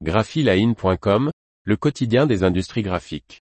graphiline.com, le quotidien des industries graphiques.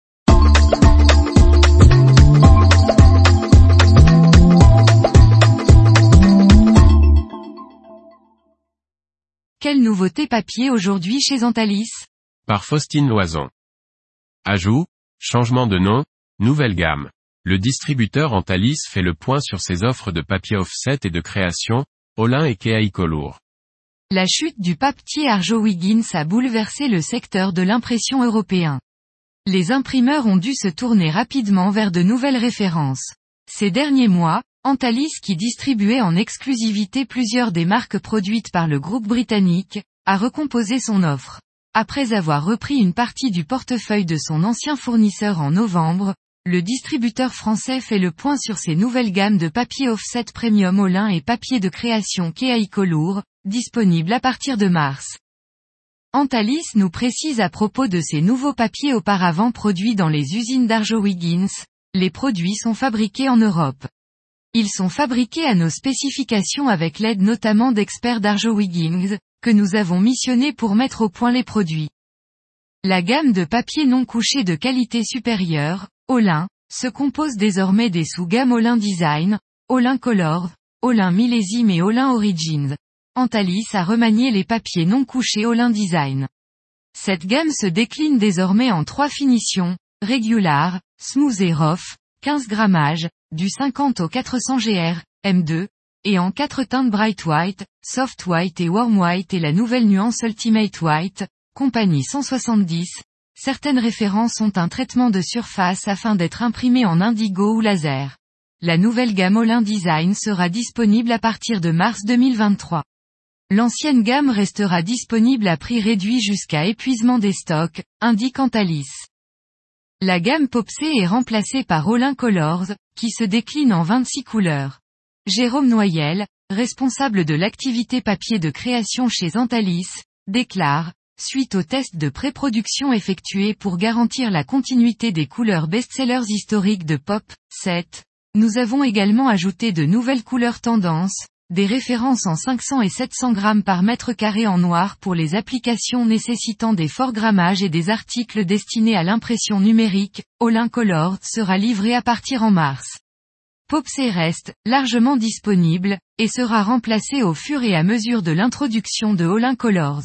Quelle nouveauté papier aujourd'hui chez Antalis? Par Faustine Loison. Ajout, changement de nom, nouvelle gamme. Le distributeur Antalis fait le point sur ses offres de papier offset et de création, Olin et Keiako lourd. La chute du papier Arjowiggins a bouleversé le secteur de l'impression européen. Les imprimeurs ont dû se tourner rapidement vers de nouvelles références. Ces derniers mois, Antalis, qui distribuait en exclusivité plusieurs des marques produites par le groupe britannique, a recomposé son offre. Après avoir repris une partie du portefeuille de son ancien fournisseur en novembre, le distributeur français fait le point sur ses nouvelles gammes de papier offset premium Olin et papier de création Keiako lourd, disponibles à partir de mars. Antalis nous précise à propos de ces nouveaux papiers auparavant produits dans les usines d'Arjowiggins, les produits sont fabriqués en Europe. Ils sont fabriqués à nos spécifications avec l'aide notamment d'experts d'Arjowiggins, que nous avons missionnés pour mettre au point les produits. La gamme de papier non couché de qualité supérieure, Olin, se compose désormais des sous-gammes Olin Design, Olin Color, Olin Millésime et Olin Origins. Antalis a remanié les papiers non couchés Olin Design. Cette gamme se décline désormais en 3 finitions, Regular, Smooth et Rough, 15 grammages, du 50 au 400 GR, M2, et en 4 teintes Bright White, Soft White et Warm White et la nouvelle nuance Ultimate White, compagnie 170. Certaines références ont un traitement de surface afin d'être imprimées en indigo ou laser. La nouvelle gamme Olin Design sera disponible à partir de mars 2023. L'ancienne gamme restera disponible à prix réduit jusqu'à épuisement des stocks, indique Antalis. La gamme Popsé est remplacée par Olin Colors, qui se décline en 26 couleurs. Jérôme Noyel, responsable de l'activité papier de création chez Antalis, déclare, suite aux tests de pré-production effectués pour garantir la continuité des couleurs best-sellers historiques de Pop, 7, nous avons également ajouté de nouvelles couleurs tendances, des références en 500 et 700 grammes par mètre carré en noir pour les applications nécessitant des forts grammages et des articles destinés à l'impression numérique. Olin Color sera livré à partir en mars. Popsé reste largement disponible, et sera remplacé au fur et à mesure de l'introduction de Olin Colors.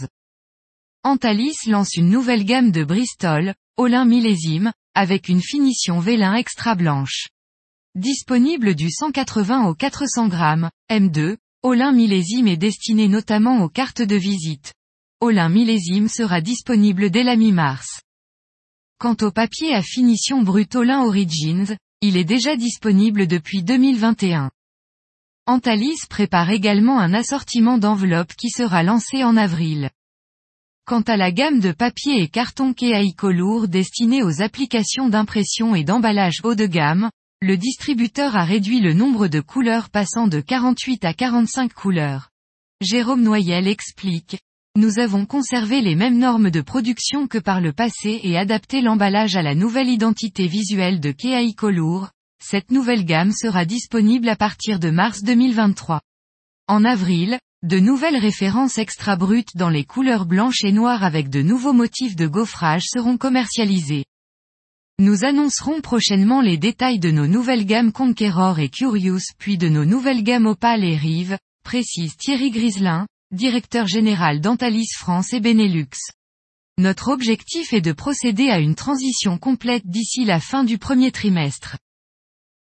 Antalis lance une nouvelle gamme de Bristol, Olin Millésime, avec une finition vélin extra blanche. Disponible du 180 au 400 grammes, M2, Olin Millésime est destiné notamment aux cartes de visite. Olin Millésime sera disponible dès la mi-mars. Quant au papier à finition brute Olin Origins, il est déjà disponible depuis 2021. Antalis prépare également un assortiment d'enveloppes qui sera lancé en avril. Quant à la gamme de papier et carton Keiako lourd destinée aux applications d'impression et d'emballage haut de gamme, le distributeur a réduit le nombre de couleurs passant de 48 à 45 couleurs. Jérôme Noyel explique, nous avons conservé les mêmes normes de production que par le passé et adapté l'emballage à la nouvelle identité visuelle de Keiako lourd. Cette nouvelle gamme sera disponible à partir de mars 2023. En avril, de nouvelles références extra brutes dans les couleurs blanches et noires avec de nouveaux motifs de gaufrage seront commercialisés. Nous annoncerons prochainement les détails de nos nouvelles gammes Conqueror et Curious puis de nos nouvelles gammes Opale et Rive, précise Thierry Griselin, directeur général d'Antalis France et Benelux. Notre objectif est de procéder à une transition complète d'ici la fin du premier trimestre.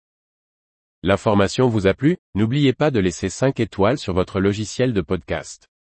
L'information vous a plu? N'oubliez pas de laisser 5 étoiles sur votre logiciel de podcast.